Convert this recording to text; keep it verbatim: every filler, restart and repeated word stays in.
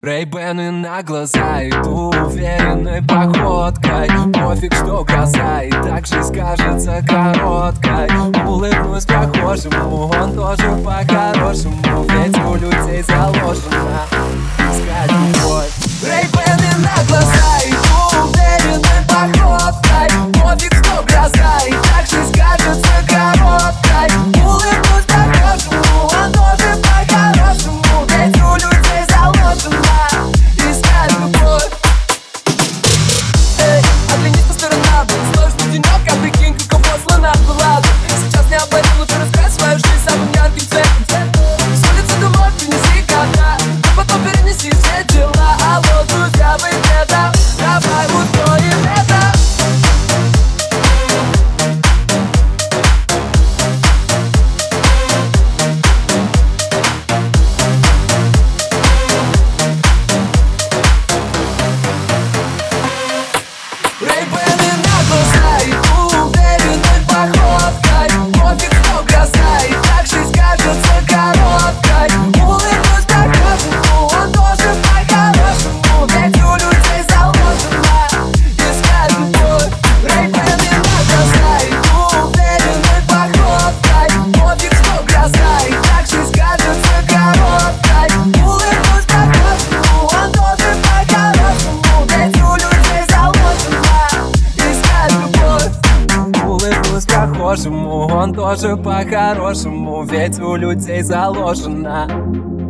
Рэй-бэны на глаза, иду уверенной походкой. Пофиг, что гроза, и так жизнь кажется короткой. Улыбнусь прохожему, он тоже по-хорошему, ведь у людей заложено искать любовь. Рэй-бэны на глаза, иду уверенной походкой. Пофиг, что гроза, и так жизнь кажется короткой. Улыбнусь прохожему, он тоже по-хорошему, ведь у людей заложено искать любовь. Эй, оглянись по сторонам, сложный денек, а прикинь, каково слона была бы. Сейчас не об этом, лучше раскрась свою жизнь самым ярким цветом. С улицы домой принеси кота, а потом перенеси все дела. Алло, друзья, вы где-то? Давай устроим это. Рэй-бэны на глаза, иду уверенной походкой. Пофиг, что гроза, и так жизнь кажется короткой. Улыбнусь прохожему, он тоже по-хорошему, ведь у людей заложено искать любовь. Рэй-бэны на глаза, иду уверенной походкой. Пофиг, что гроза, и так жизнь кажется короткой. Улыбнусь прохожему, он тоже по-хорошему, ведь у людей заложено искать любовь. Улыбнусь прохожему, он тоже по-хорошему, ведь у людей заложено